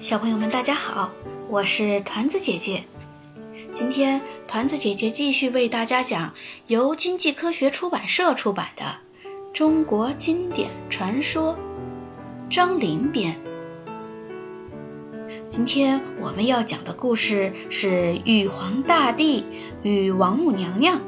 小朋友们大家好，我是团子姐姐。今天团子姐姐继续为大家讲由经济科学出版社出版的《中国经典传说》张陵编。今天我们要讲的故事是玉皇大帝与王母娘娘。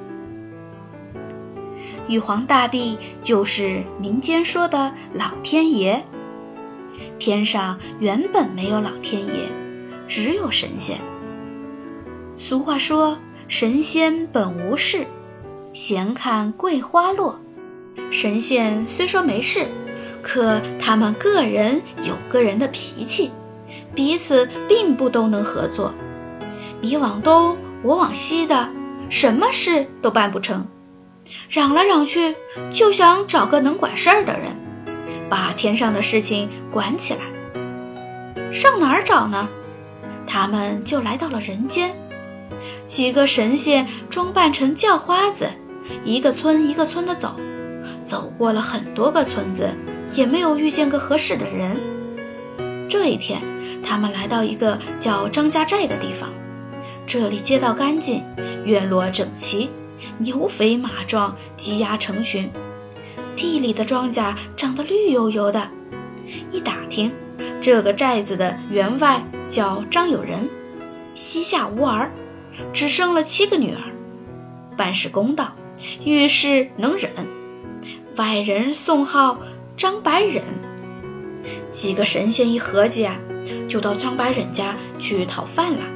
玉皇大帝就是民间说的老天爷。天上原本没有老天爷，只有神仙。俗话说，神仙本无事，闲看桂花落。神仙虽说没事，可他们个人有个人的脾气，彼此并不都能合作。你往东，我往西的，什么事都办不成。嚷来嚷去，就想找个能管事儿的人，把天上的事情管起来。上哪儿找呢？他们就来到了人间。几个神仙装扮成叫花子，一个村一个村的走，走过了很多个村子，也没有遇见个合适的人。这一天，他们来到一个叫张家寨的地方。这里街道干净，院落整齐，牛肥马壮，鸡鸭成群，地里的庄稼长得绿油油的。一打听，这个寨子的员外叫张有仁，膝下无儿，只生了7个女儿，办事公道，遇事能忍，外人送号张白忍。几个神仙一合计就到张白忍家去讨饭了。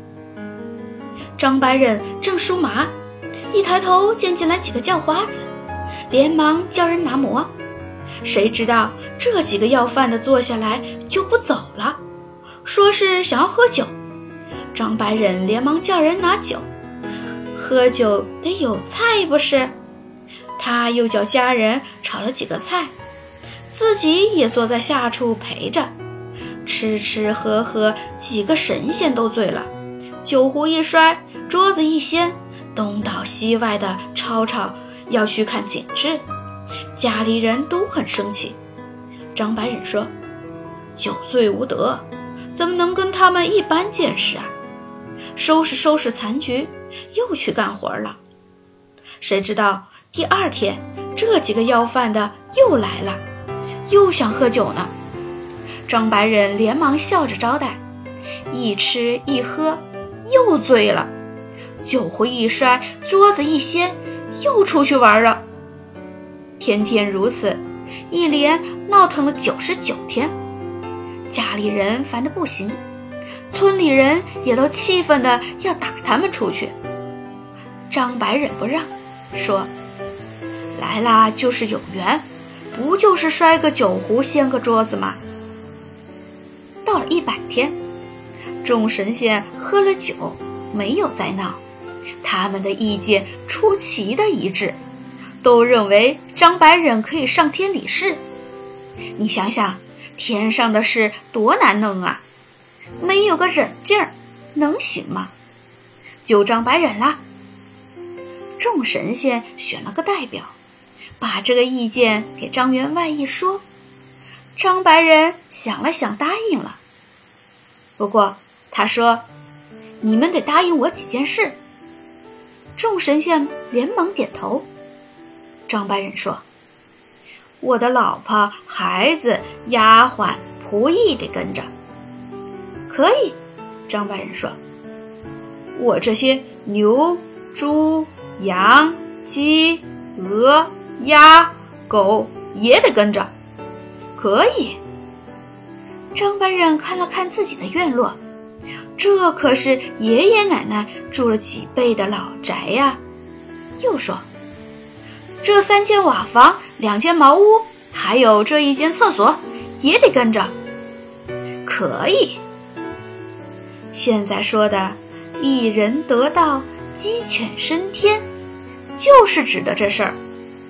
张白忍正梳麻，一抬头见进来几个叫花子，连忙叫人拿馍。谁知道这几个要饭的坐下来就不走了，说是想要喝酒。张白忍连忙叫人拿酒，喝酒得有菜不是？他又叫家人炒了几个菜，自己也坐在下处陪着。吃吃喝喝，几个神仙都醉了，酒壶一摔，桌子一掀，东倒西歪的吵吵要去看景致。家里人都很生气。张白忍说，酒醉无德，怎么能跟他们一般见识啊？收拾残局，又去干活了。谁知道第二天，这几个要饭的又来了，又想喝酒呢。张白忍连忙笑着招待，一吃一喝又醉了，酒壶一摔，桌子一掀，又出去玩了。天天如此，一连闹腾了99天。家里人烦得不行，村里人也都气愤的要打他们出去。张白忍不让，说来啦就是有缘，不就是摔个酒壶掀个桌子吗？到了100天，众神仙喝了酒，没有再闹，他们的意见出奇的一致，都认为张白忍可以上天理事。你想想，天上的事多难弄啊，没有个忍劲儿，能行吗？就张白忍啦。众神仙选了个代表，把这个意见给张员外一说，张白忍想了想答应了。不过他说，你们得答应我几件事。众神仙连忙点头。张白忍说，我的老婆孩子丫鬟仆役得跟着。可以，张白忍说，我这些牛猪羊鸡鹅鸭狗也得跟着。可以。张白忍看了看自己的院落，这可是爷爷奶奶住了几辈的老宅呀。又说，这3间瓦房2间茅屋，还有这1间厕所也得跟着。可以。现在说的一人得道，鸡犬升天，就是指的这事儿。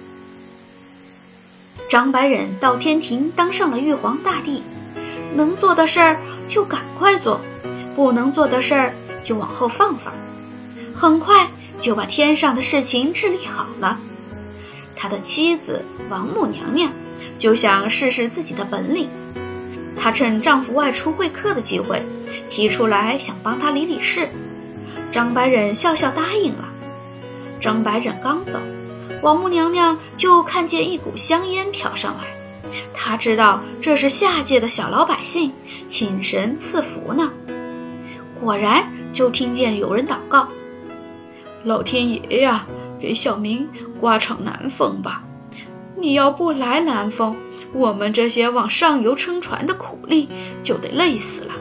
张白忍到天庭当上了玉皇大帝，能做的事儿就赶快做，不能做的事儿就往后放放。很快就把天上的事情治理好了。他的妻子王母娘娘就想试试自己的本领， 她趁丈夫外出会客的机会，提出来想帮他理理事。张白忍笑笑答应了。张白忍刚走，王母娘娘就看见一股香烟飘上来，她知道这是下界的小老百姓请神赐福呢。果然就听见有人祷告：老天爷呀，给小明刮场南风吧！你要不来南风，我们这些往上游撑船的苦力就得累死了。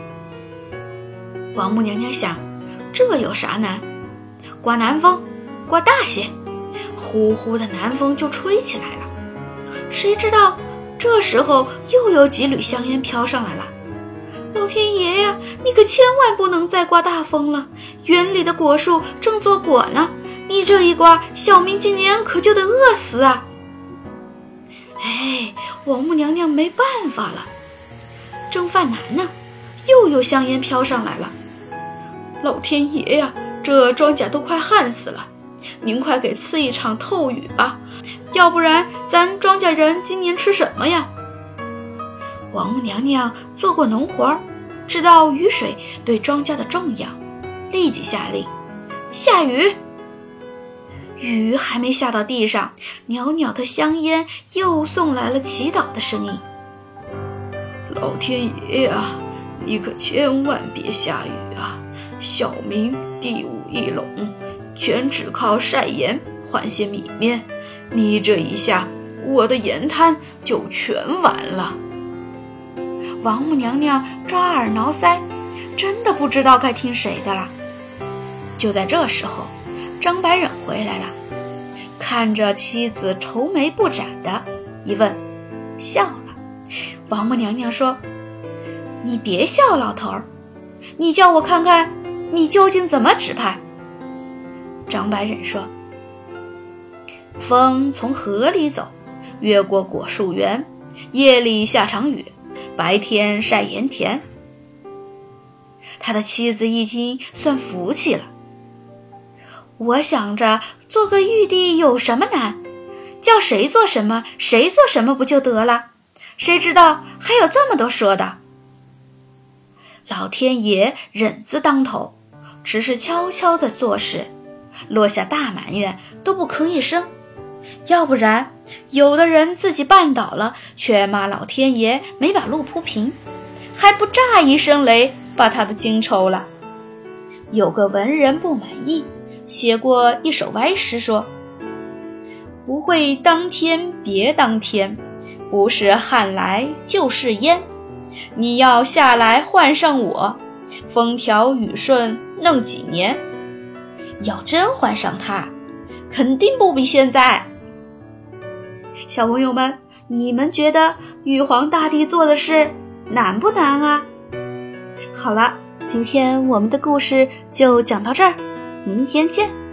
王母娘娘想，这有啥难？刮南风，刮大些，呼呼的南风就吹起来了。谁知道这时候又有几缕香烟飘上来了。老天爷呀，你可千万不能再刮大风了，园里的果树正做果呢，你这一刮，小明今年可就得饿死啊！哎，王母娘娘没办法了。正犯难呢，又有香烟飘上来了。老天爷呀，这庄稼都快旱死了，您快给赐一场透雨吧，要不然咱庄稼人今年吃什么呀？王母娘娘做过农活，知道雨水对庄稼的重要，立即下令下雨。雨还没下到地上，袅袅的香烟又送来了祈祷的声音。老天爷啊，你可千万别下雨啊！小民地无一垄，全只靠晒盐换些米面，你这一下，我的盐摊就全完了。王母娘娘抓耳挠腮，真的不知道该听谁的了。就在这时候，张白忍回来了，看着妻子愁眉不展的一问，笑了。王母娘娘说：你别笑，老头儿，你叫我看看你究竟怎么指派。张白忍说：风从河里走，越过果树园，夜里下场雨，白天晒盐田。他的妻子一听，算服气了。我想着做个玉帝有什么难，叫谁做什么谁做什么不就得了，谁知道还有这么多说的。老天爷忍字当头，只是悄悄地做事，落下大埋怨都不吭一声。要不然有的人自己绊倒了，却骂老天爷没把路铺平，还不炸一声雷把他的筋抽了。有个文人不满意，写过一首歪诗说：不会当天别当天，不是旱来就是淹，你要下来换上我，风调雨顺弄几年。要真换上他，肯定不比现在。小朋友们，你们觉得玉皇大帝做的事难不难啊？好了，今天我们的故事就讲到这儿，明天见。